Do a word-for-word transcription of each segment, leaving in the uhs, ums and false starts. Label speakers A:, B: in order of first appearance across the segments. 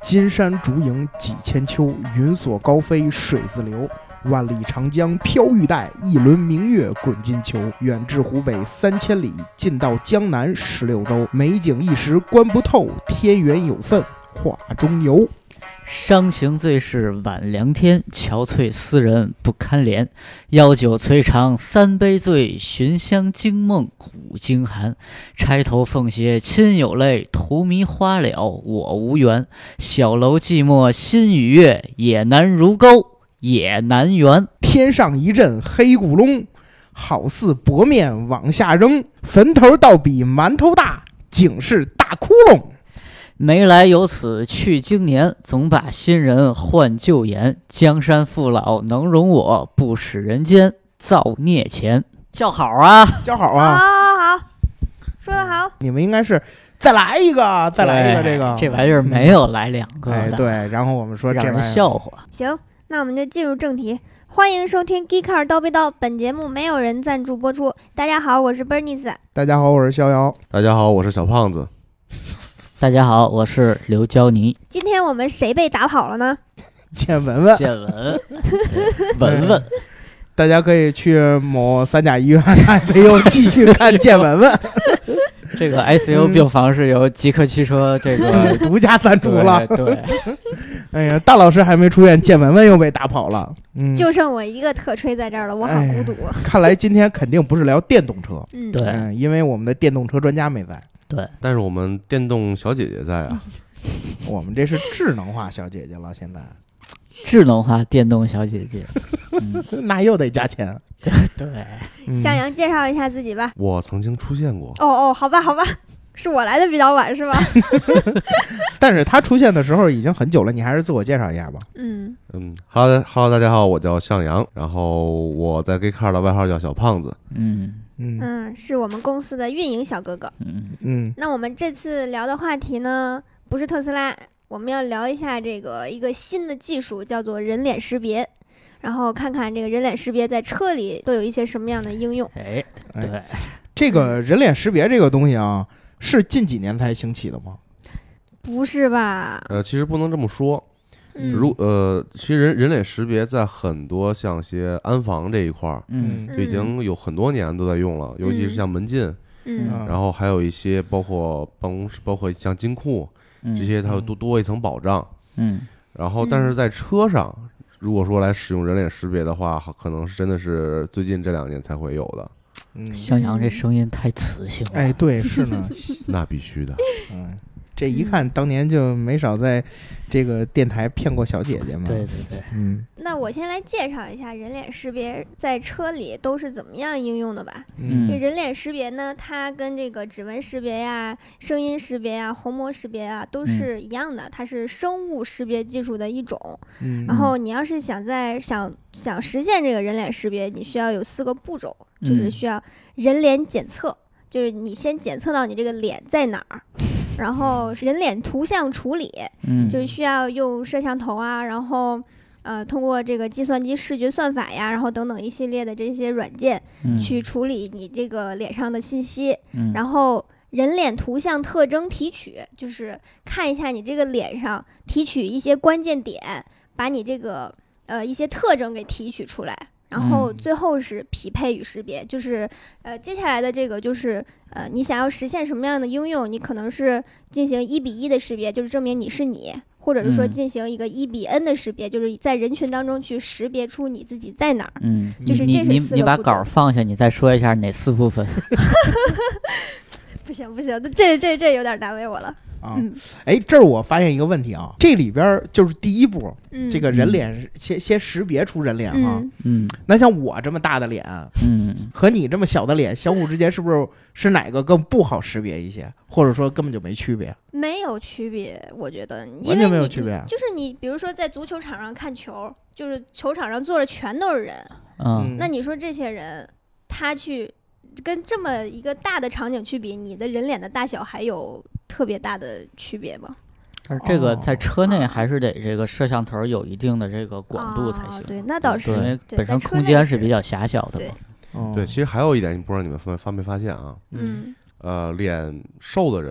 A: 金山竹影几千秋，云锁高飞水自流。万里长江飘玉带，一轮明月滚金球。远至湖北三千里，近到江南十六州。美景一时观不透，天缘有份画中游。
B: 伤情最是晚凉天，憔悴思人不堪怜。邀酒摧肠三杯醉，寻香惊梦五更寒。钗头凤斜亲有泪，荼蘼花了我无缘。小楼寂寞心与月，也难如钩也难圆。
A: 天上一阵黑咕隆，好似薄面往下扔。坟头倒比馒头大，竟是大窟窿。
B: 没来由此去经年，总把新人换旧颜。江山父老能容我，不使人间造孽钱。叫好啊，
A: 叫好啊！
C: 好好好，说得好。
A: 你们应该是再来一个，再来一个这个。
B: 这玩意儿没有来两个的、
A: 哎，对。然后我们说这
B: 让人笑话。
C: 行，那我们就进入正题。欢迎收听 Geekcar 叨逼叨，本节目没有人赞助播出。大家好，我是 Bernice。
A: 大家好，我是逍遥。
D: 大家好，我是小胖子。
B: 大家好，我是刘娇妮。
C: 今天我们谁被打跑了呢？
A: 见文文，
B: 见文文文，
A: 大家可以去某三甲医院 I C U 继续看见文文。
B: 这个 I C U 病房是由极客汽车这个
A: 独家赞助了。
B: 对，对
A: 哎呀，大老师还没出院，见文文又被打跑了。嗯，
C: 就剩我一个特吹在这儿了，我好孤独。
A: 哎、看来今天肯定不是聊电动车。
C: 嗯，
B: 对、
A: 嗯，因为我们的电动车专家没在。
B: 对，
D: 但是我们电动小姐姐在啊。
A: 我们这是智能化小姐姐了，现在
B: 智能化电动小姐姐。
A: 嗯、那又得加钱。
B: 对对、
A: 嗯，
C: 向阳介绍一下自己吧。
D: 我曾经出现过。
C: 哦哦，好吧好吧，是我来的比较晚是吧？
A: 但是他出现的时候已经很久了，你还是自我介绍一下吧。
C: 嗯
D: 嗯哈喽哈喽，大家好，我叫向阳，然后我在 Geekcar 的外号叫小胖子。
B: 嗯
A: 嗯
C: 嗯，是我们公司的运营小哥哥。
B: 嗯
A: 嗯，
C: 那我们这次聊的话题呢，不是特斯拉，我们要聊一下这个一个新的技术，叫做人脸识别。然后看看这个人脸识别在车里都有一些什么样的应用。
B: 哎，对、
A: 哎，这个人脸识别这个东西啊，是近几年才兴起的吗？
C: 不是吧？
D: 呃，其实不能这么说。
C: 嗯，
D: 如呃，其实人人脸识别在很多像些安防这一块儿，
B: 嗯
D: 就已经有很多年都在用了，尤其是像门禁，
C: 嗯，
A: 嗯
D: 然后还有一些包括办公室，包括像金库
B: 嗯
D: 这些，它有多多一层保障。
B: 嗯，
D: 然后，但是在车上，如果说来使用人脸识别的话，可能是真的是最近这两年才会有的。
A: 嗯，
B: 向阳这声音太磁性了。
A: 哎，对，是呢。
D: 那必须的。
A: 嗯，这一看当年就没少在这个电台骗过小姐姐嘛。
B: 对对对，
A: 嗯，
C: 那我先来介绍一下人脸识别在车里都是怎么样应用的吧。
A: 嗯
C: 这人脸识别呢，它跟这个指纹识别呀、声音识别呀、虹膜识别啊都是一样的，它是生物识别技术的一种。
A: 嗯，
C: 然后你要是想在想想实现这个人脸识别，你需要有四个步骤，就是需要人脸检测，就是你先检测到你这个脸在哪儿。然后人脸图像处理，
B: 嗯，
C: 就是需要用摄像头啊，然后呃通过这个计算机视觉算法呀，然后等等一系列的这些软件、
B: 嗯、
C: 去处理你这个脸上的信息。
B: 嗯、
C: 然后人脸图像特征提取，就是看一下你这个脸上提取一些关键点，把你这个呃一些特征给提取出来。然后最后是匹配与识别，就是呃接下来的这个就是呃你想要实现什么样的应用，你可能是进行一比一的识别，就是证明你是你，或者是说进行一个一比 n 的识别，就是在人群当中去识别出你自己在哪儿。
B: 嗯，
C: 就是这是
B: 你你你把
C: 四个步骤
B: 稿放下，你再说一下哪四部分。
C: 不行不行，这这这有点难为我了。
A: 啊，
C: 嗯
A: 哎，这儿我发现一个问题啊，这里边就是第一步，
C: 嗯，
A: 这个人脸先先识别出人脸哈。
C: 嗯
B: 嗯
A: 那像我这么大的脸
B: 嗯，
A: 和你这么小的脸，相互之间是不是是哪个更不好识别一些，或者说根本就没区别？
C: 没有区别，我觉得，因
A: 完全没有
C: 为你
A: 区别啊
C: 你就是你，比如说在足球场上看球，就是球场上坐着全都是人，
B: 嗯，
C: 那你说这些人他去跟这么一个大的场景去比，你的人脸的大小还有特别大的区别吗？
B: 但是这个在车内还是得这个摄像头有一定的这个广度才行。
C: 哦、对，那倒是，
B: 因为
C: 对
B: 本身空间是比较狭小的嘛。
A: 哦、
D: 对，其实还有一点，不知道你们发发没发现啊？
C: 嗯，
D: 呃，脸瘦的人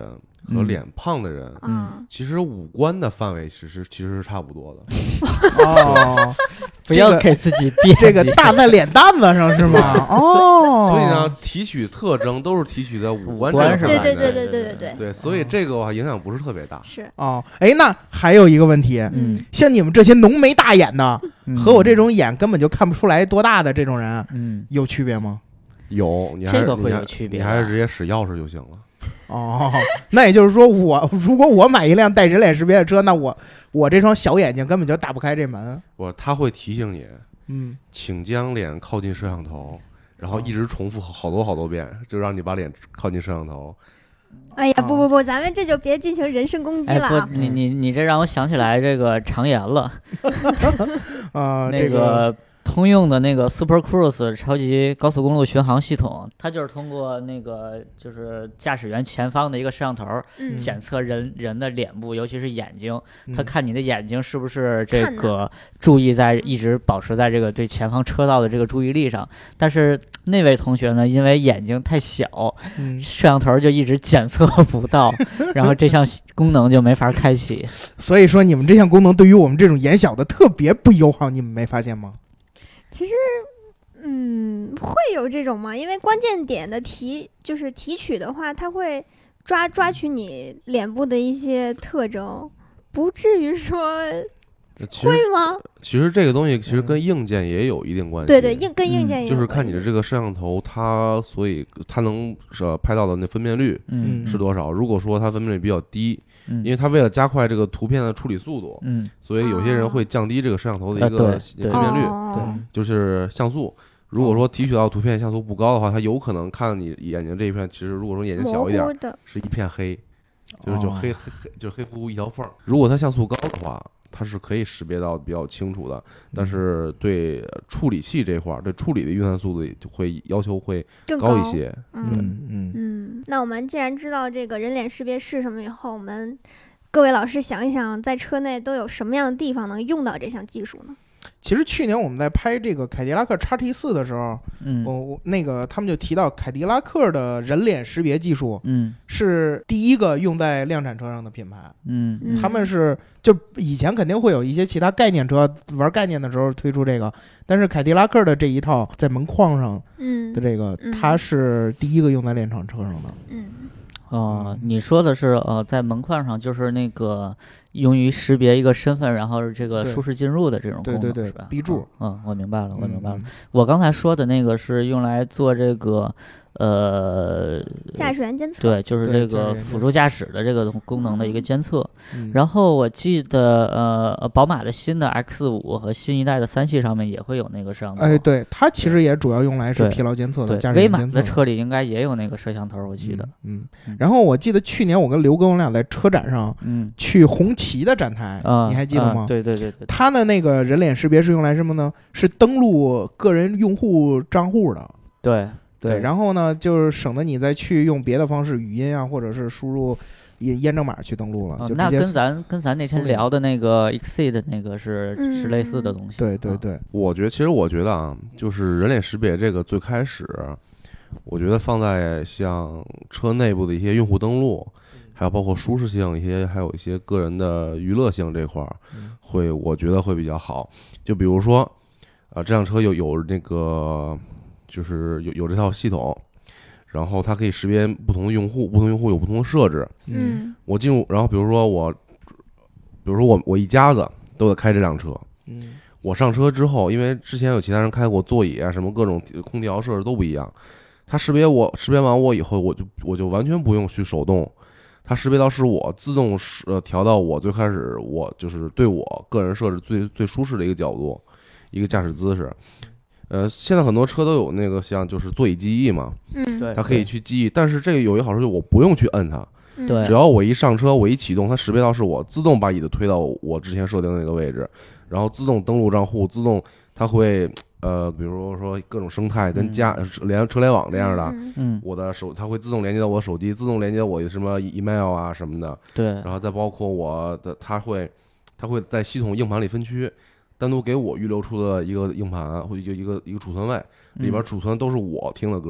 D: 和脸胖的人，
C: 嗯，
D: 其实五官的范围其实其实是差不多的。
A: 哦，
B: 不要给自己编
A: 这个大在脸蛋子上是吗？哦，
D: 所以呢，提取特征都是提取在五官
B: 五官
D: 这个范围内。
C: 对对对对对对对，
D: 对，所以这个话影响不是特别大。
C: 是
A: 哦，哎，那还有一个问题，
B: 嗯，
A: 像你们这些浓眉大眼的，
B: 嗯
A: 和我这种眼根本就看不出来多大的这种人，
B: 嗯
A: 有区别吗？
D: 有，你还是
B: 这个会
D: 你还
B: 有区别
D: 你还是
B: 吧
D: 直接使钥匙就行了。
A: 哦，那也就是说我，如果我买一辆带人脸识别的车，那我我这双小眼睛根本就打不开这门。
D: 我他会提醒你，
A: 嗯，
D: 请将脸靠近摄像头，然后一直重复好多好多遍，就让你把脸靠近摄像头。
C: 哎呀，
A: 哦
C: 不不不，咱们这就别进行人身攻击
B: 哎不
C: 了啊！，
B: 你你你这让我想起来这个常言了，
A: 啊，
B: 那
A: 这个
B: 个通用的那个 Super Cruise 超级高速公路巡航系统，它就是通过那个就是驾驶员前方的一个摄像头
C: 嗯
B: 检测人人的脸部，尤其是眼睛，它
A: 嗯
B: 看你的眼睛是不是这
C: 看
B: 个注意在一直保持在这个对前方车道的这个注意力上。但是那位同学呢，因为眼睛太小，
A: 嗯，
B: 摄像头就一直检测不到，然后这项功能就没法开启。
A: 所以说你们这项功能对于我们这种眼小的特别不友好，你们没发现吗？
C: 其实，嗯，会有这种吗？因为关键点的提就是提取的话，它会抓抓取你脸部的一些特征，不至于说
D: 其实
C: 会吗？
D: 其实这个东西其实跟硬件也有一定关系。
C: 对对，硬跟硬件也有
D: 就是
C: 关系
D: 看你的这个摄像头，它所以它能呃拍到的那分辨率
B: 嗯
D: 是多少。如果说它分辨率比较低，
B: 嗯，
D: 因为它为了加快这个图片的处理速度，
B: 嗯
D: 所以有些人会降低这个摄像头的一个
B: 呃对
D: 分辨率，
C: 哦
D: 就是像素。如果说提取到图片像素不高的话，它有可能看你眼睛这一片，其实如果说眼睛小一点
C: 模糊，的，
D: 是一片黑，就是就
A: 哦
D: 黑黑黑就是黑乎乎一条缝儿。如果它像素高的话，它是可以识别到比较清楚的，但是对处理器这块儿，对处理的运算速度就会要求会
C: 更
D: 高一些。
C: 嗯
A: 嗯嗯，
C: 嗯，那我们既然知道这个人脸识别是什么以后，我们各位老师想一想，在车内都有什么样的地方能用到这项技术呢？
A: 其实去年我们在拍这个凯迪拉克 X T 四的时候，
B: 嗯
A: 我我那个他们就提到凯迪拉克的人脸识别技术
B: 嗯
A: 是第一个用在量产车上的品牌。
B: 嗯
C: 嗯
A: 他们是就以前肯定会有一些其他概念车玩概念的时候推出这个，但是凯迪拉克的这一套在门框上
C: 嗯
A: 的这个，
C: 嗯
A: 它是第一个用在练场车上的。
C: 嗯
B: 哦，你说的是呃，在门框上就是那个用于识别一个身份，然后这个
A: 对
B: 舒适进入的这种功能，
A: 对对对
B: 是吧？
A: ，B 柱
B: 嗯，嗯，我明白了，我明白了。
A: 嗯
B: 我刚才说的那个是用来做这个呃，
C: 驾驶员监测，
B: 对，就是
A: 对
B: 这个
A: 驾驶员监
B: 辅助驾驶的这个功能的一个监测。
A: 嗯
B: 然后我记得呃，呃宝马的新的 X 五和新一代的三系上面也会有那个摄像头。
A: 哎，对，它其实也主要用来是
B: 对
A: 疲劳监测的，
B: 对
A: 驾，驶
B: 威马
A: 员监测
B: 的车里应该也有那个摄像头，我记得。
A: 嗯，
B: 嗯
A: 嗯。然后我记得去年我跟刘哥我们俩在车展上
B: 嗯
A: 去红旗的展台，
B: 啊，
A: 你还记得吗？
B: 啊对对对对。
A: 它的那个人脸识别是用来什么呢？是登录个人用户账户的。
B: 对
A: 对，
B: 对
A: 然后呢，就是省得你再去用别的方式，语音啊，或者是输入验验证码去登录了，
B: 啊那
A: 就直接
B: 跟咱跟咱那天
A: 搜这个
B: 聊的那个 Exceed 那个是、
C: 嗯
B: 是类似的东西。啊
A: 对对对，
D: 我觉得，其实我觉得啊，就是人脸识别这个最开始，我觉得放在像车内部的一些用户登录，还有包括舒适性一些，还有一些个人的娱乐性这块儿，会我觉得会比较好。就比如说，啊，这辆车有有那个，就是有有这套系统，然后它可以识别不同的用户，不同用户有不同的设置。
C: 嗯
D: 我进入，然后比如说我，比如说我我一家子都得开这辆车。
A: 嗯
D: 我上车之后，因为之前有其他人开过座椅啊，什么各种空调设置都不一样。它识别我，识别完我以后，我就我就完全不用去手动，它识别到是我自动呃调到我最开始我就是对我个人设置最最舒适的一个角度，一个驾驶姿势。呃，现在很多车都有那个像就是座椅记忆嘛，
C: 嗯，
B: 对，
D: 它可以去记忆，但是这个有一个好处，就是我不用去摁它，
C: 嗯
B: 对
D: 只要我一上车，我一启动，它识别到是我，自动把椅子推到我之前设定的那个位置，然后自动登录账户，自动它会呃，比如说各种生态跟家、
B: 嗯
D: 连车联网这样的，
C: 嗯
B: 嗯
D: 我的手它会自动连接到我的手机，自动连接我的什么 email 啊什么的，
B: 对
D: 然后再包括我的，它会它会在系统硬盘里分区。单独给我预留出的一个硬盘或者一个一个一个储存位，里边储存都是我听的歌，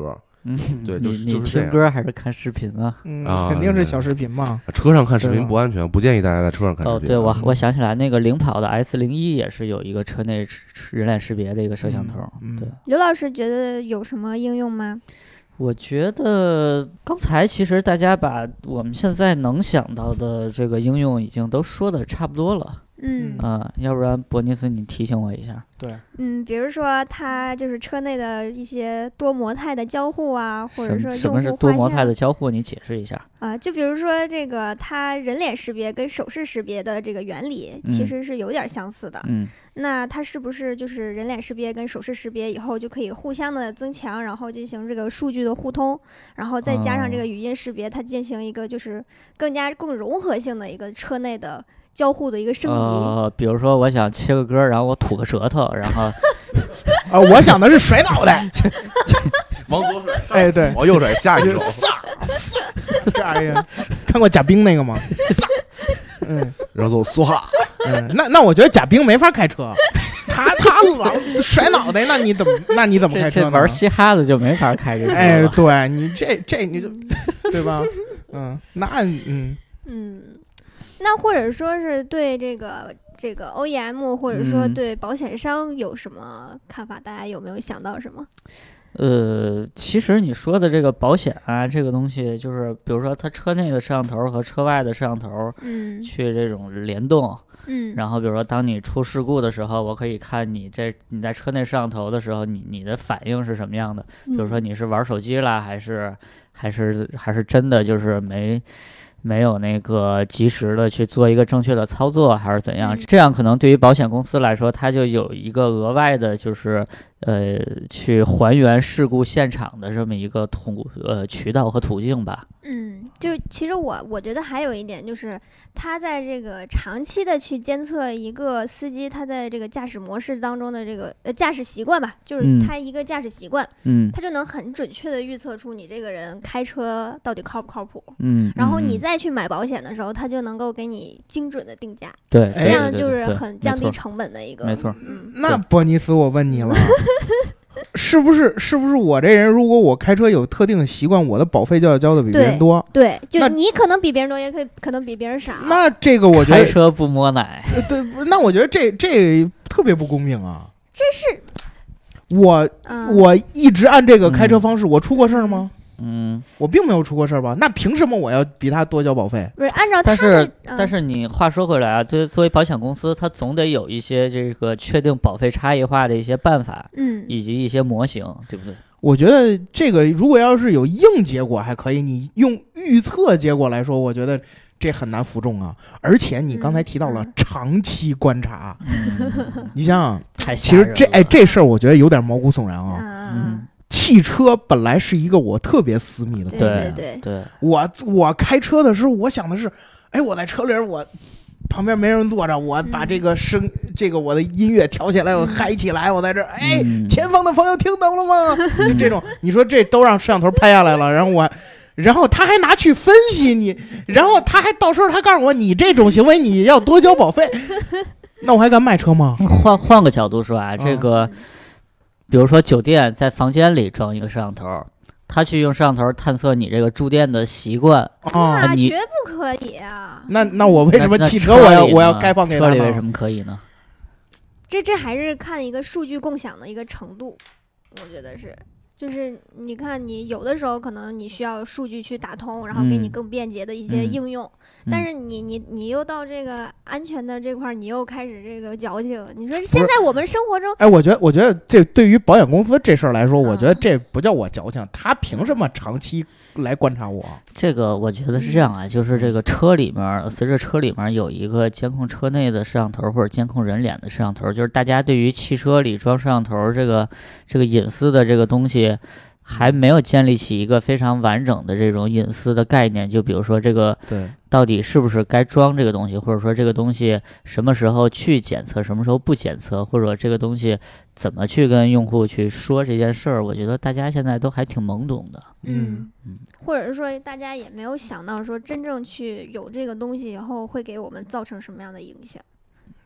B: 嗯，
D: 对，就
B: 你你
D: 是就是这样。
B: 听歌还是看视频啊？
A: 嗯，
D: 啊
A: 肯定是小视频嘛。
D: 车上看视
A: 对吧
D: 频不安全，不建议大家在车上看视
B: 哦，
D: 频。
B: 对，我
A: 嗯
B: 我想起来，那个领跑的 S 零一也是有一个车内人脸识别的一个摄像头。
A: 嗯嗯
B: 对，
C: 刘老师觉得有什么应用吗？
B: 我觉得刚才其实大家把我们现在能想到的这个应用已经都说的差不多了。
C: 嗯
B: 啊、要不然伯尼斯你提醒我一下。
A: 对，
C: 嗯，比如说它就是车内的一些多模态的交互啊，或者说
B: 什么什么是
C: 用户画像
B: 多模态的交互？你解释一下。
C: 啊，就比如说这个它人脸识别跟手势识别的这个原理其
B: 嗯
C: 实是有点相似的。
B: 嗯
C: 那它是不是就是人脸识别跟手势识别以后就可以互相的增强，然后进行这个数据的互通，然后再加上这个
B: 哦
C: 语音识别，它进行一个就是更加更融合性的一个车内的交互的一个升级。
B: 呃，比如说我想切个歌，然后我吐个舌头，然后
A: 啊，我想的是甩脑袋。
D: 往左甩，
A: 哎，对，
D: 往右甩，下一手。
A: 这玩意儿看过贾冰那个吗？嗯
D: 然后梭哈，
A: 嗯，那那我觉得贾冰没法开车，他他老甩脑袋，那你怎么那你怎么
B: 这
A: 开车呢？
B: 这玩嘻哈的就没法开这车了。
A: 哎，对你这这你就对吧？嗯，那嗯
C: 嗯，那或者说是对这个这个 O E M 或者说
B: 嗯
C: 对保险商有什么看法？大家有没有想到什么？
B: 呃，其实你说的这个保险啊，这个东西就是，比如说它车内的摄像头和车外的摄像头
C: 嗯
B: 去这种联动，
C: 嗯，
B: 然后比如说当你出事故的时候，我可以看你这你在车内摄像头的时候，你你的反应是什么样的？
C: 比
B: 比如说你是玩手机啦，还是还是还是真的就是没没有那个及时的去做一个正确的操作，还是怎样？
C: 嗯
B: 这样可能对于保险公司来说，它就有一个额外的，就是呃去还原事故现场的这么一个途呃渠道和途径吧。
C: 嗯，就其实我我觉得还有一点就是，它在这个长期的去监测一个司机他在这个驾驶模式当中的这个呃驾驶习惯吧，就是
B: 嗯
C: 他一个驾驶习惯，
B: 嗯
C: 他就能很准确的预测出你这个人开车到底靠不靠谱。
B: 嗯，
C: 然后你
B: 嗯
C: 再去买保险的时候，他就能够给你精准的定价，
B: 对，
A: 哎
C: 这样
B: 对
C: 就是
B: 对
C: 很降低
B: 没错
C: 成本的一个。
B: 没错。
C: 嗯，
A: 那伯尼斯，我问你了，是不是是不是我这人，如果我开车有特定的习惯，我的保费就要交的比别人多？
C: 对，就
A: 那
C: 你可能比别人多，也可以可能比别人少。
A: 那这个我觉得，
B: 开车不摸奶，
A: 呃对，不那我觉得这这特别不公平啊！
C: 这是
A: 我
C: 嗯，
A: 我一直按这个开车方式，我出过事儿吗？
B: 嗯，
A: 我并没有出过事儿吧？那凭什么我要比他多交保费？
C: 不是按照他
B: 但是
C: 的，嗯
B: 但是你话说回来啊，对，作为保险公司，它总得有一些这个确定保费差异化的一些办法，
C: 嗯
B: 以及一些模型，对不对？
A: 我觉得这个如果要是有硬结果还可以，你用预测结果来说，我觉得这很难服众啊。而且你刚才提到了
C: 嗯
A: 长期观察，
B: 嗯，
A: 你想想，
B: 太
A: 其实这哎这事儿我觉得有点毛骨悚然啊。
C: 嗯，
A: 汽车本来是一个我特别私密的东西，
C: 对
B: 对
C: 对
B: 对，
A: 我我开车的时候，我想的是，哎，我在车里我。旁边没人坐着，我把这个声，嗯、这个我的音乐调起来，我嗨起来，我在这儿，哎，
B: 嗯、
A: 前方的朋友听懂了吗？就这种，你说这都让摄像头拍下来了，然后我，然后他还拿去分析你，然后他还到时候他告诉我，你这种行为你要多交保费，那我还敢卖车吗？
B: 换换个角度说啊，这个，
C: 嗯
B: 比如说酒店在房间里装一个摄像头。他去用摄像头探测你这个住店的习惯
A: 啊，
C: 那
B: 你
C: 绝不可以啊！
A: 那那我为什么汽
B: 车
A: 我要我要开放给他呢？
B: 车里为什么可以呢？
C: 这这还是看一个数据共享的一个程度，我觉得是。就是你看，你有的时候可能你需要数据去打通，然后给你
B: 嗯
C: 更便捷的一些
B: 嗯
C: 应用，
B: 嗯
C: 但是你你你又到这个安全的这块儿，你又开始这个矫情。你说现在我们生活中，
A: 哎，我觉得我觉得这对于保险公司这事儿来说，我觉得
C: 啊
A: 这不叫我矫情，他凭什么长期来观察我？
B: 这个我觉得是这样啊，就是这个车里面，随着车里面有一个监控车内的摄像头或者监控人脸的摄像头，就是大家对于汽车里装摄像头这个这个隐私的这个东西。还没有建立起一个非常完整的这种隐私的概念，就比如说这个
A: 对，
B: 到底是不是该装这个东西，或者说这个东西什么时候去检测，什么时候不检测，或者这个东西怎么去跟用户去说这件事儿，我觉得大家现在都还挺懵懂的。
C: 嗯
B: 嗯，
C: 或者是说大家也没有想到说真正去有这个东西以后会给我们造成什么样的影响。
B: 嗯，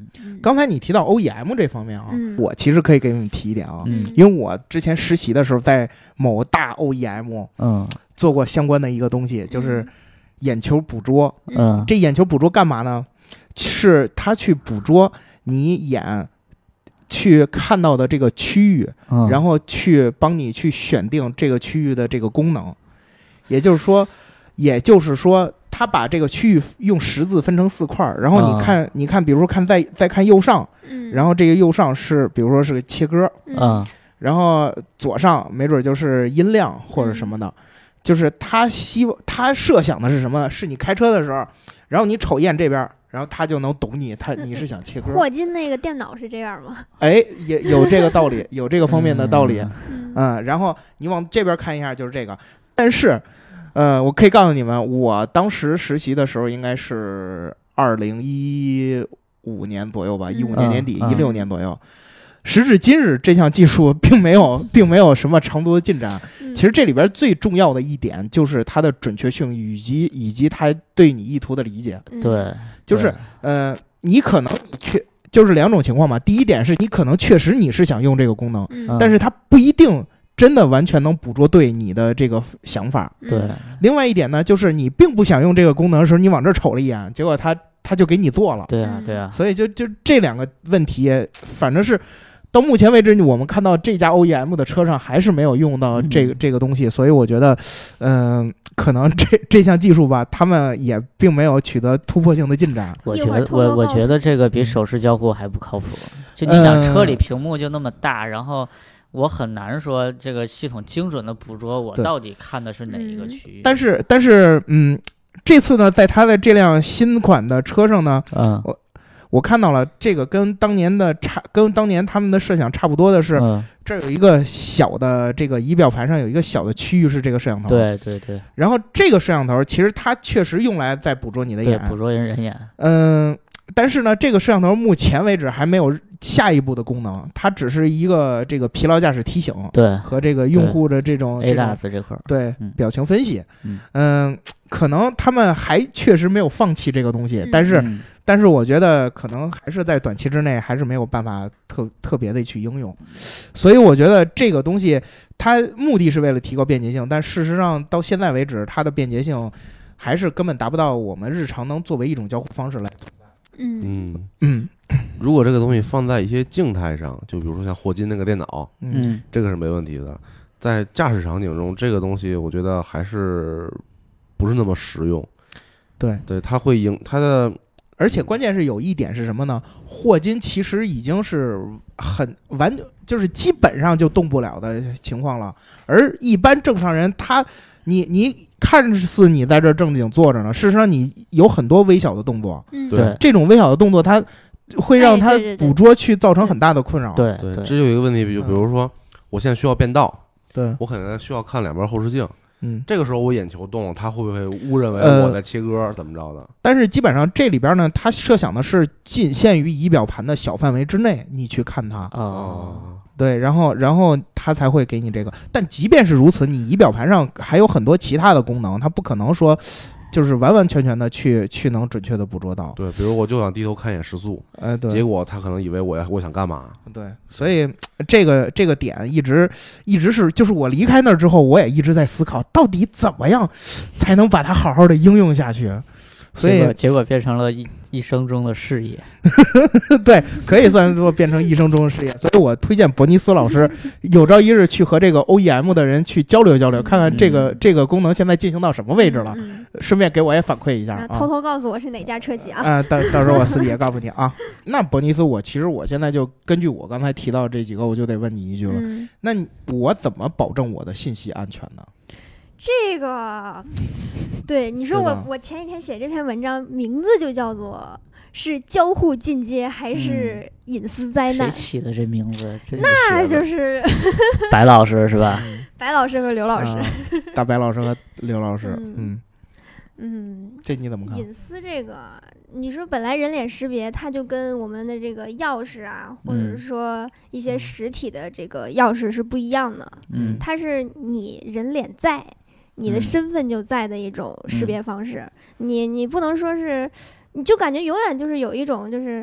A: 刚才你提到 O E M 这方面啊，
C: 嗯
A: 我其实可以给你们提一点啊，
B: 嗯
A: 因为我之前实习的时候在某大 O E M
B: 嗯
A: 做过相关的一个东西，就是眼球捕捉。
B: 嗯
A: 这眼球捕捉干嘛呢？是他去捕捉你眼去看到的这个区域，
B: 嗯，
A: 然后去帮你去选定这个区域的这个功能。也就是说，也就是说，他把这个区域用十字分成四块儿，然后你看，
B: 啊
A: 你看，比如说看再再看右上，
C: 嗯，
A: 然后这个右上是比如说是个切割，
B: 嗯
A: 然后左上没准就是音量或者什么的，
C: 嗯
A: 就是他希望他设想的是什么呢？是你开车的时候，然后你瞅一眼这边，然后他就能懂你，他你是想切割。
C: 霍金那个电脑是这样吗？
A: 哎，也有这个道理，有这个方面的道理。
C: 嗯
A: 嗯，然后你往这边看一下，就是这个。但是，呃，我可以告诉你们，我当时实习的时候应该是二零一五年左右吧，一五年年底，
B: 嗯
A: 一六年左右。时至今日，这项技术并没有，并没有什么长足的进展。
C: 嗯
A: 其实这里边最重要的一点就是它的准确性以及以及它对你意图的理解。
C: 嗯
B: 对，
A: 就是呃，你可能确就是两种情况嘛。第一点是你可能确实你是想用这个功能，
C: 嗯
A: 但是它不一定真的完全能捕捉对你的这个想法。
C: 嗯
B: 对，
A: 另外一点呢，就是你并不想用这个功能的时候，你往这儿瞅了一眼，结果它它就给你做了。
B: 对啊
C: 嗯
B: 对啊，
A: 所以就就这两个问题，反正是到目前为止，我们看到这家 O E M 的车上还是没有用到这个、
B: 嗯
A: 这个东西，所以我觉得，嗯、可能这这项技术吧，他们也并没有取得突破性的进展。
B: 我觉得
C: 一会儿偷偷
B: 我我
C: 告诉
B: 觉得这个比
A: 嗯
B: 手势交互还不靠谱。就你想，
A: 呃
B: 车里屏幕就那么大，然后我很难说这个系统精准的捕捉我
A: 对
B: 到底看的是哪一个
C: 嗯
B: 区域。
A: 但是但是，嗯，这次呢，在它的这辆新款的车上呢，
B: 嗯
A: 我看到了这个跟当年的差，跟当年他们的设想差不多的是，
B: 嗯，
A: 这儿有一个小的这个仪表盘上有一个小的区域是这个摄像头。。
B: 对对对
A: 然后这个摄像头其实它确实用来在捕捉你的
B: 对，
A: 眼，
B: 捕捉人人眼。
A: 嗯，但是呢，这个摄像头目前为止还没有下一步的功能，它只是一个这个疲劳驾驶提醒
B: 对
A: 和这个用户的这种
B: ，A
A: 这
B: D
A: 种
B: A S 这块儿，
A: 对
B: 嗯
A: 表情分析。
B: 嗯
A: 嗯，可能他们还确实没有放弃这个东西，
C: 嗯
A: 但是
B: 嗯
A: 但是我觉得可能还是在短期之内还是没有办法特特别的去应用，所以我觉得这个东西它目的是为了提高便捷性，但事实上到现在为止，它的便捷性还是根本达不到我们日常能作为一种交互方式来。
C: 嗯
D: 嗯，
A: 嗯
D: 如果这个东西放在一些静态上，就比如说像霍金那个电脑，
A: 嗯
B: 嗯
D: 这个是没问题的。在驾驶场景中，这个东西我觉得还是不是那么实用。
A: 对，
D: 对，它会影它的
A: 而且关键是有一点是什么呢？霍金其实已经是很完，就是基本上就动不了的情况了。而一般正常人，他你你看似你在这儿正经坐着呢，事实上你有很多微小的动作，
C: 嗯
B: 对
A: 这种微小的动作，它会让他
C: 哎对对对
A: 捕捉去造成很大的困扰。
B: 对
D: 对，这就有一个问题，就比如说我现在需要变道，
A: 对，
D: 我可能需要看两边后视镜，
A: 嗯。
D: 这个时候我眼球动了，它会不会误认为
A: 呃
D: 我在切割怎么着的？
A: 但是基本上这里边呢，它设想的是仅限于仪表盘的小范围之内，你去看它。
B: 哦，
A: 对，然后然后它才会给你这个。但即便是如此，你仪表盘上还有很多其他的功能，它不可能说就是完完全全的去去能准确的捕捉到。
D: 对，比如我就想低头看一眼时速，
A: 呃，对，
D: 结果他可能以为我要我想干嘛？
A: 对，所以这个这个点一直一直是，就是我离开那儿之后，我也一直在思考，到底怎么样才能把它好好的应用下去。所以
B: 结果结果变成了一一生中的事业。
A: 对，可以算作变成一生中的事业。所以我推荐伯尼斯老师有朝一日去和这个 O E M 的人去交流交流，看看这个、
B: 嗯
A: 这个功能现在进行到什么位置了，
C: 嗯
A: 顺便给我也反馈一下啊。
C: 然后偷偷告诉我是哪家车企啊？
A: 啊，到到时候我私底下告诉你啊。那伯尼斯，我其实我现在就根据我刚才提到这几个，我就得问你一句了。
C: 嗯，
A: 那你我怎么保证我的信息安全呢？
C: 这个，对你说
A: 是吧
C: 我我前几天写这篇文章，名字就叫做是交互进阶还是隐私灾难？
B: 谁起的这名字？真
C: 那
B: 是
C: 就是
B: 白老师是吧？
C: 白老师和刘老师。
A: 啊大白老师和刘老师，
C: 嗯
A: 嗯，
C: 嗯，
A: 这你怎么看？
C: 隐私这个，你说本来人脸识别它就跟我们的这个钥匙啊，或者
B: 嗯
C: 是说一些实体的这个钥匙是不一样的，
B: 嗯
C: 它是你人脸在。你的
B: 嗯
C: 身份就在的一种识
A: 嗯
C: 别方式，你你不能说是，你就感觉永远就是有一种就是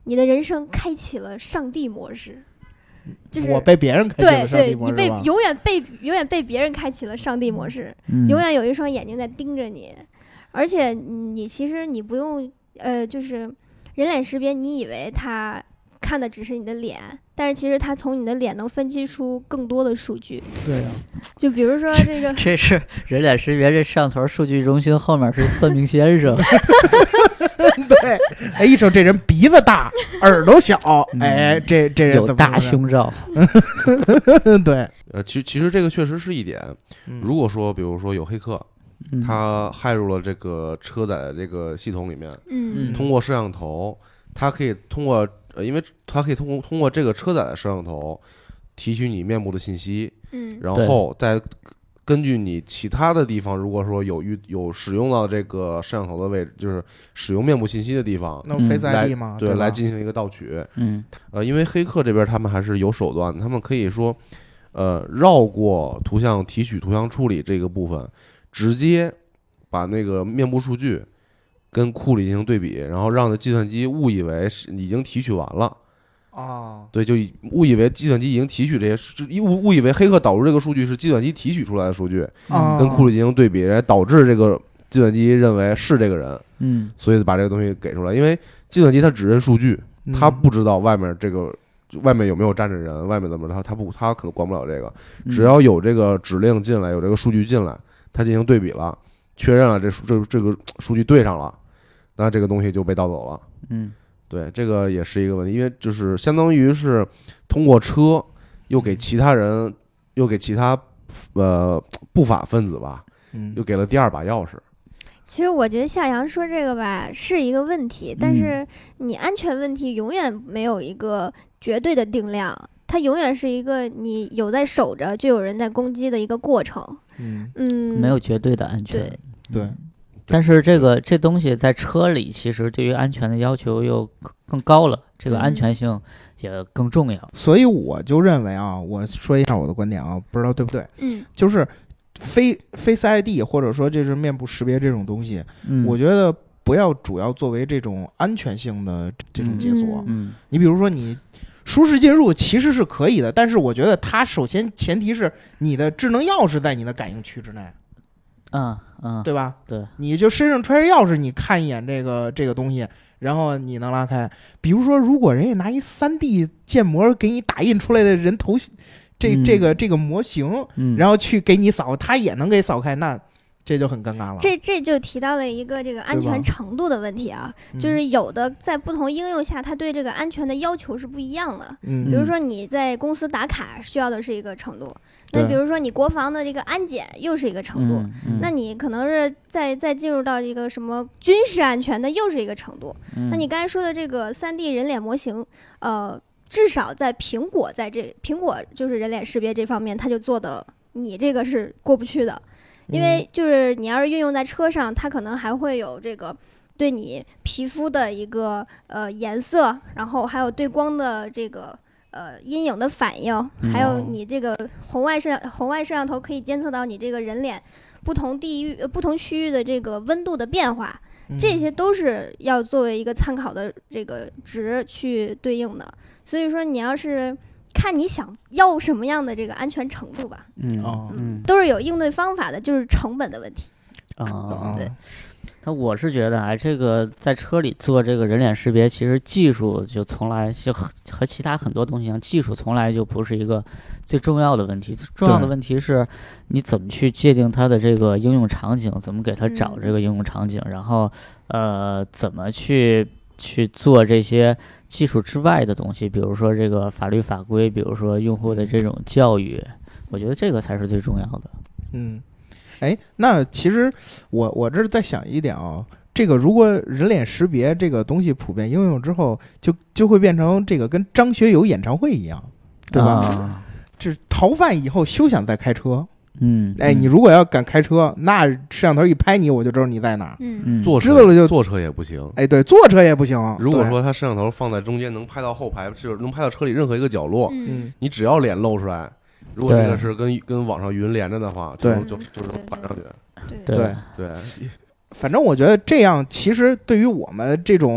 C: 你的人生开启了上帝模式，就是
A: 我被别人开启
C: 对
A: 了上帝
C: 对，你被
A: 模式吧
C: 永远被永远被别人开启了上帝模式，
B: 嗯
C: 永远有一双眼睛在盯着你，而且你其实你不用呃，就是人脸识别，你以为他看的只是你的脸，但是其实他从你的脸能分析出更多的数据。
A: 对呀、
C: 就比如说这个，
B: 这是人脸识别，这摄像头数据中心后面是算命先生。
A: 对，哎，一瞅这人鼻子大，耳朵小，
B: 嗯
A: 哎，这这人怎么
B: 有大
A: 怎么
B: 胸罩。
A: 着对，
D: 呃，其实其实这个确实是一点。
A: 嗯
D: 如果说，比如说有黑客，
B: 嗯
D: 他害入了这个车载的这个系统里面，
C: 嗯
B: 嗯
D: 通过摄像头，他可以通过呃，因为他可以通过通过这个车载的摄像头提取你面部的信息，
C: 嗯
D: 然后再根据你其他的地方，如果说有遇有使用到这个摄像头的位置，就是使用面部信息的地方，
A: 那
B: 嗯
A: Face
D: 来
A: I D 嘛，
D: 对，
A: 吧
D: 来进行一个盗取。
B: 嗯
D: 呃，因为黑客这边他们还是有手段的，他们可以说，呃，绕过图像提取、图像处理这个部分，直接把那个面部数据跟库里进行对比，然后让的计算机误以为是已经提取完了。
A: 啊，
D: 对，就以误以为计算机已经提取这些数，误误以为黑客导入这个数据是计算机提取出来的数据，
A: 啊
D: 跟库里进行对比，然后导致这个计算机认为是这个人，
B: 嗯
D: 所以把这个东西给出来。因为计算机它只认数据，
A: 嗯
D: 它不知道外面这个外面有没有站着人，外面怎么着，它它不它可能管不了这个。
B: 嗯
D: 只要有这个指令进来，有这个数据进来，它进行对比了，确认了这数这这个数据对上了，那这个东西就被盗走了。
B: 嗯
D: 对，这个也是一个问题，因为就是相当于是通过车，又给其他人，又给其他呃不法分子吧，
A: 嗯
D: 又给了第二把钥匙。
C: 其实我觉得夏阳说这个吧是一个问题，但是你安全问题永远没有一个绝对的定量，它永远是一个你有在守着就有人在攻击的一个过程。
A: 嗯
C: 嗯，
B: 没有绝对的安全。
C: 对
A: 对，
B: 但是这个这东西在车里，其实对于安全的要求又更更高了，这个安全性也更重要。
A: 所以我就认为啊，我说一下我的观点啊，不知道对不对，
C: 嗯
A: 就是非 Face I D 或者说这是面部识别这种东西，
B: 嗯，
A: 我觉得不要主要作为这种安全性的这种解锁。
B: 嗯
A: 你比如说你舒适进入其实是可以的，但是我觉得它首先前提是你的智能钥匙在你的感应区之内，
B: 嗯嗯，
A: 对吧？
B: 对，
A: 你就身上揣着钥匙，你看一眼这个这个东西，然后你能拉开。比如说，如果人家拿一 三 D 建模给你打印出来的人头，这
B: 嗯
A: 这个这个模型，
B: 嗯，
A: 然后去给你扫，它也能给扫开，那这就很尴尬了。
C: 这这就提到了一个这个安
A: 对吧
C: 全程度的问题啊，
A: 嗯
C: 就是有的在不同应用下，它对这个安全的要求是不一样的。
A: 嗯，
C: 比如说你在公司打卡需要的是一个程度，那
A: 对
C: 比如说你国防的这个安检又是一个程度，
B: 嗯嗯
C: 那你可能是再再进入到一个什么军事安全的又是一个程度。
B: 嗯
C: 那你刚才说的这个 三 D 人脸模型，呃，至少在苹果在这苹果就是人脸识别这方面，它就做的你这个是过不去的。因为就是你要是运用在车上，它可能还会有这个对你皮肤的一个呃颜色，然后还有对光的这个呃阴影的反应，还有你这个红外摄红外摄像头可以监测到你这个人脸不同地域、呃、不同区域的这个温度的变化，
A: 嗯
C: 这些都是要作为一个参考的这个值去对应的。所以说，你要是看你想要什么样的这个安全程度吧，
B: 嗯
A: 哦
B: 嗯
C: 都是有应对方法的，就是成本的问题。
B: 啊，
C: 对。
B: 那我是觉得啊，这个在车里做这个人脸识别，其实技术就从来就和和其他很多东西一样，技术从来就不是一个最重要的问题。重要的问题是，你怎么去界定它的这个应用场景，怎么给它找这个应用场景，然后呃，怎么去去做这些技术之外的东西，比如说这个法律法规，比如说用户的这种教育，我觉得这个才是最重要的。
A: 嗯。哎，那其实我我这是在想一点啊，这个如果人脸识别这个东西普遍应用之后，就就会变成这个跟张学友演唱会一样，对吧？
B: 啊、
A: 这逃犯以后休想再开车。
B: 嗯，
A: 哎，你如果要敢开车，那摄像头一拍你，我就知道你在哪儿。
C: 嗯
B: 嗯
D: 坐车
A: 知道了就
D: 坐车也不行。
A: 哎，对，坐车也不行。
D: 如果
A: 对
D: 说它摄像头放在中间，能拍到后排，就是能拍到车里任何一个角落，
C: 嗯
A: 嗯，
D: 你只要脸露出来，如果这个
B: 对
D: 是跟跟网上云连着的话，
A: 对
D: 就就就是能反上去。
C: 对
B: 对
A: 对，
D: 对，
A: 反正我觉得这样，其实对于我们这种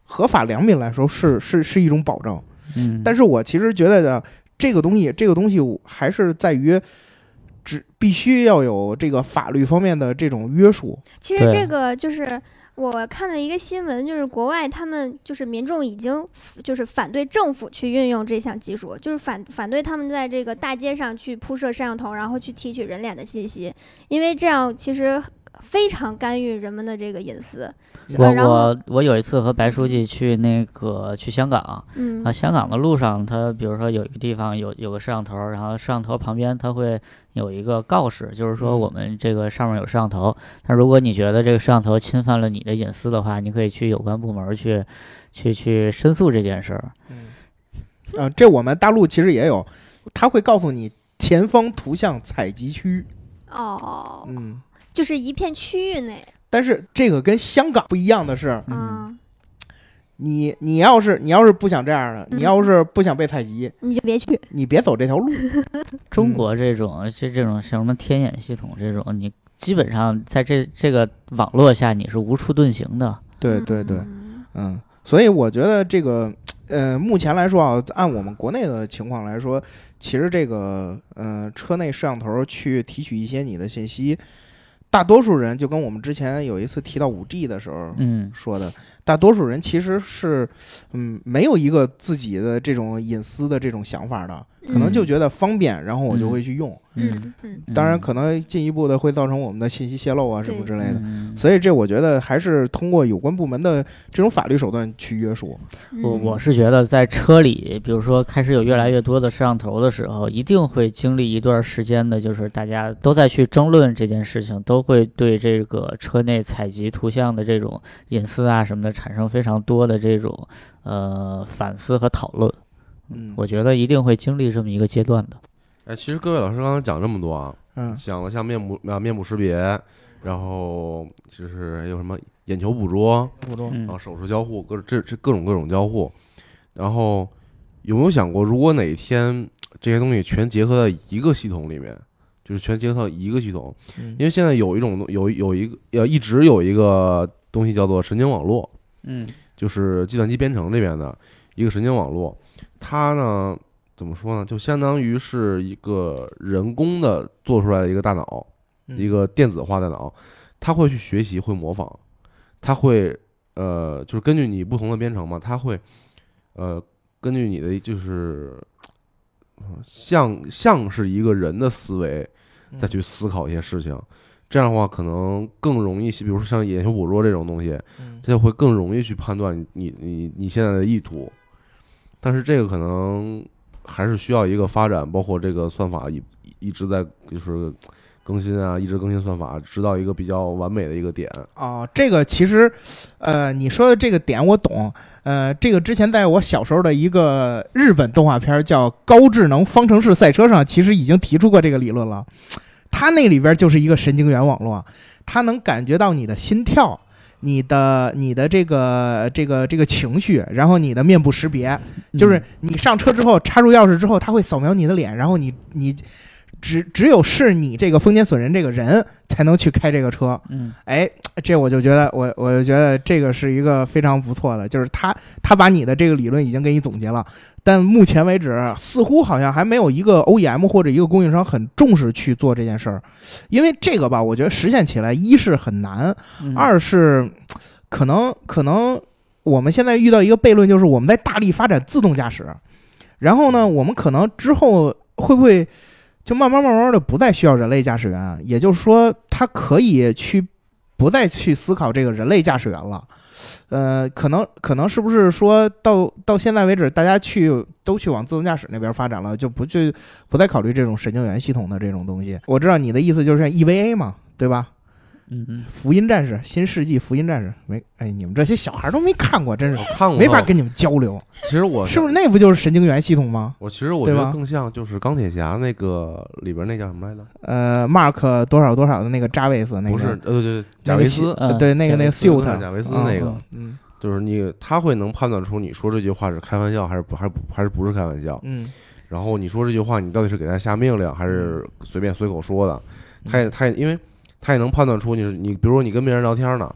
A: 合法良民来说是是是一种保证。
B: 嗯，
A: 但是我其实觉得的这个东西，这个东西还是在于，只必须要有这个法律方面的这种约束。
C: 其实这个就是我看了一个新闻，就是国外他们就是民众已经就是反对政府去运用这项技术，就是反反对他们在这个大街上去铺设摄像头，然后去提取人脸的信息，因为这样其实非常干预人们的这个隐私。
B: 我
C: 然后
B: 我我有一次和白书记去那个去香港，
C: 嗯
B: 啊，香港的路上，它比如说有一个地方有有个摄像头，然后摄像头旁边它会有一个告示，就是说我们这个上面有摄像头，那如果你觉得这个摄像头侵犯了你的隐私的话，你可以去有关部门去去去申诉这件事儿。
A: 嗯，啊，这我们大陆其实也有，他会告诉你前方图像采集区。
C: 哦，
A: 嗯，
C: 就是一片区域内。
A: 但是这个跟香港不一样的是，
C: 嗯，
A: 你你要是你要是不想这样的，
C: 嗯
A: 你要是不想被采集，
C: 你就别去，
A: 你别走这条路。
B: 中国这种是这种像什么天眼系统这种，你基本上在这这个网络下你是无处遁形的。
A: 对对对，
C: 嗯
A: 嗯，所以我觉得这个，呃，目前来说啊，按我们国内的情况来说，其实这个，呃，车内摄像头去提取一些你的信息，大多数人就跟我们之前有一次提到五 G 的时候，
B: 嗯，
A: 说的，大多数人其实是，嗯，没有一个自己的这种隐私的这种想法的，可能就觉得方便，然后我就会去用。
C: 嗯嗯，
A: 当然，可能进一步的会造成我们的信息泄露啊什么之类的。
B: 嗯、
A: 所以这我觉得还是通过有关部门的这种法律手段去约束。
B: 我我是觉得在车里，比如说开始有越来越多的摄像头的时候，一定会经历一段时间的，就是大家都在去争论这件事情，都会对这个车内采集图像的这种隐私啊什么的产生非常多的这种呃反思和讨论。
A: 嗯，
B: 我觉得一定会经历这么一个阶段的。
D: 哎，其实各位老师刚才讲这么多啊，
A: 嗯，
D: 讲了像面部啊面部识别，然后就是还有什么眼球捕捉，
A: 捕捉，
D: 然后手势交互，各这这各种各种交互，然后有没有想过，如果哪一天这些东西全结合在一个系统里面，就是全结合到一个系统，
A: 嗯、
D: 因为现在有一种有有一个呃一直有一个东西叫做神经网络，
B: 嗯，
D: 就是计算机编程这边的一个神经网络，它呢。怎么说呢？就相当于是一个人工的做出来的一个大脑，
A: 嗯、
D: 一个电子化大脑，它会去学习，会模仿，它会呃，就是根据你不同的编程嘛，它会呃，根据你的就是像像是一个人的思维再去思考一些事情，嗯、这样的话可能更容易，比如说像眼球捕捉这种东西，
A: 嗯、
D: 这就会更容易去判断你你你现在的意图，但是这个可能。还是需要一个发展，包括这个算法一一直在就是更新啊，一直更新算法，直到一个比较完美的一个点
A: 啊、哦。这个其实，呃，你说的这个点我懂。呃，这个之前在我小时候的一个日本动画片叫《高智能方程式赛车》上，其实已经提出过这个理论了。它那里边就是一个神经元网络，它能感觉到你的心跳。你的你的这个这个这个情绪，然后你的面部识别，就是你上车之后插入钥匙之后，它会扫描你的脸，然后你你只只有是你这个丰田损人这个人才能去开这个车。
B: 嗯，
A: 哎，这我就觉得我我就觉得这个是一个非常不错的，就是他他把你的这个理论已经给你总结了，但目前为止似乎好像还没有一个 O E M 或者一个供应商很重视去做这件事儿，因为这个吧，我觉得实现起来一是很难，
B: 嗯、
A: 二是可能可能我们现在遇到一个悖论，就是我们在大力发展自动驾驶，然后呢，我们可能之后会不会就慢慢慢慢的不再需要人类驾驶员，也就是说，它可以去不再去思考这个人类驾驶员了。呃，可能可能是不是说到到现在为止，大家去都去往自动驾驶那边发展了，就不去不再考虑这种神经元系统的这种东西。我知道你的意思就是像 E V A 嘛，对吧？
B: 嗯嗯，
A: 福音战士，新世纪福音战士，没哎，你们这些小孩都没看过，真是
D: 我看过，
A: 没法跟你们交流。
D: 其实我
A: 是不是那不就是神经元系统吗？
D: 我其实我觉得更像就是钢铁侠那个里边那叫什么来着？
A: 呃，Mark 多少多少的那个扎维斯那个
D: 不是呃对贾维斯，
A: 呃对那个那个 suit
D: 贾维斯那个，
A: 嗯，
D: 就是你他会能判断出你说这句话是开玩笑还是不还是不还是不是开玩笑，
A: 嗯，
D: 然后你说这句话你到底是给他下命令还是随便随口说的，他也他也因为。他也能判断出你是你，比如说你跟别人聊天呢，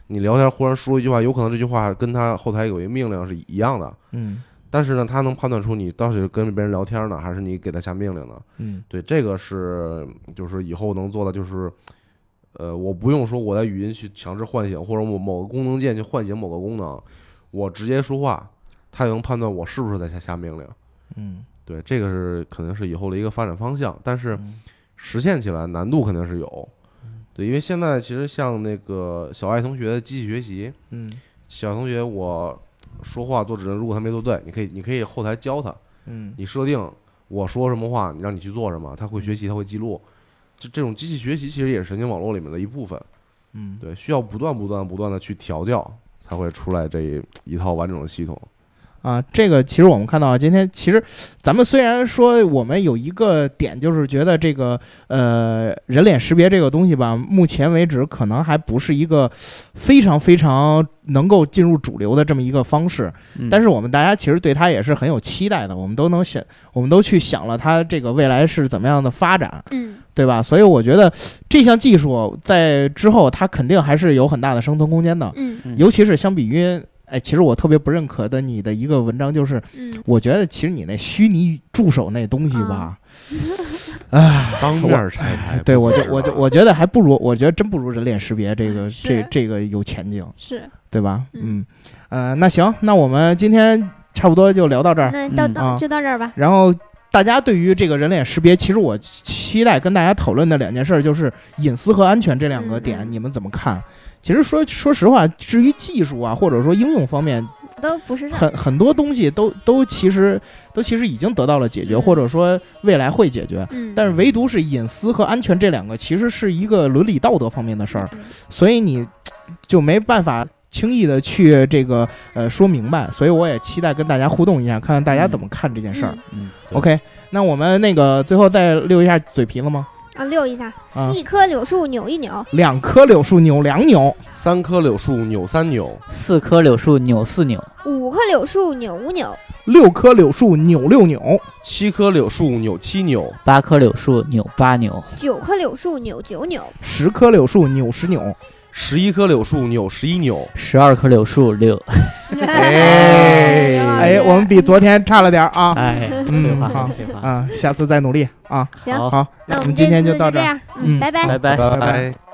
D: 你聊天忽然说一句话，有可能这句话跟他后台有一个命令是一样的，
A: 嗯
D: 但是呢，他能判断出你到底是跟别人聊天呢，还是你给他下命令呢？
A: 嗯，
D: 对，这个是就是以后能做的，就是呃，我不用说我在语音去强制唤醒，或者某某个功能键去唤醒某个功能，我直接说话，他就能判断我是不是在下下命令。
A: 嗯，
D: 对，这个是肯定是以后的一个发展方向，但是实现起来难度肯定是有。对，因为现在其实像那个小爱同学的机器学习，
A: 嗯，
D: 小同学我说话做指令，如果他没做对，你可以你可以后台教他，
A: 嗯，
D: 你设定我说什么话，你让你去做什么，他会学习，他会记录。这这种机器学习其实也是神经网络里面的一部分。
A: 嗯，
D: 对，需要不断不断不断的去调教，才会出来这一一套完整的系统。
A: 啊，这个其实我们看到今天，其实咱们虽然说我们有一个点，就是觉得这个呃人脸识别这个东西吧，目前为止可能还不是一个非常非常能够进入主流的这么一个方式。
B: 嗯、
A: 但是我们大家其实对它也是很有期待的，我们都能想，我们都去想了它这个未来是怎么样的发展，
C: 嗯，
A: 对吧？所以我觉得这项技术在之后它肯定还是有很大的生存空间的，
C: 嗯，
A: 尤其是相比于。哎，其实我特别不认可的你的一个文章就是，
C: 嗯，
A: 我觉得其实你那虚拟助手那东西吧，哎，
D: 当面拆台，
A: 对我就我就我觉得还不如，我觉得真不如人脸识别这个
C: 是
A: 这这个有前景，
C: 是
A: 对吧？
C: 嗯，
A: 呃，那行，那我们今天差不多就聊到这儿，
C: 那到到、
A: 啊、
C: 就到这儿吧。
A: 然后大家对于这个人脸识别，其实我期待跟大家讨论的两件事就是隐私和安全这两个点，
C: 嗯、
A: 你们怎么看？其实说说实话，至于技术啊，或者说应用方面，
C: 都不是
A: 很很多东西都都其实都其实已经得到了解决，
C: 嗯、
A: 或者说未来会解决。
C: 嗯，
A: 但是唯独是隐私和安全这两个，其实是一个伦理道德方面的事儿，
C: 嗯、
A: 所以你就没办法轻易的去这个呃说明白。所以我也期待跟大家互动一下，看看大家怎么看这件事儿。
B: 嗯
A: 嗯 OK， 那我们那个最后再溜一下嘴皮子吗？
C: 啊，溜一下，
A: 啊、
C: 一棵柳树扭一扭，
A: 两棵柳树扭两扭，
D: 三棵柳树扭三扭，
B: 四棵柳树扭四扭，
C: 五棵柳树扭五扭，
A: 六棵柳树扭六扭，
D: 七棵柳树扭七扭，
B: 八棵柳树扭八扭，
C: 九棵柳树扭九扭，
A: 十棵柳树扭十扭，
D: 十一棵柳树扭十一扭，
B: 十二棵柳树柳。
A: 哎哎，我们比昨天差了点啊！
B: 哎，
A: 嗯，
B: 好，
A: 好
B: 退化
A: 啊，下次再努力啊！
C: 行，
A: 好，
C: 那我
A: 们今天
C: 就
A: 到这儿，
C: 样，嗯，拜拜，
B: 拜拜，
D: 拜拜。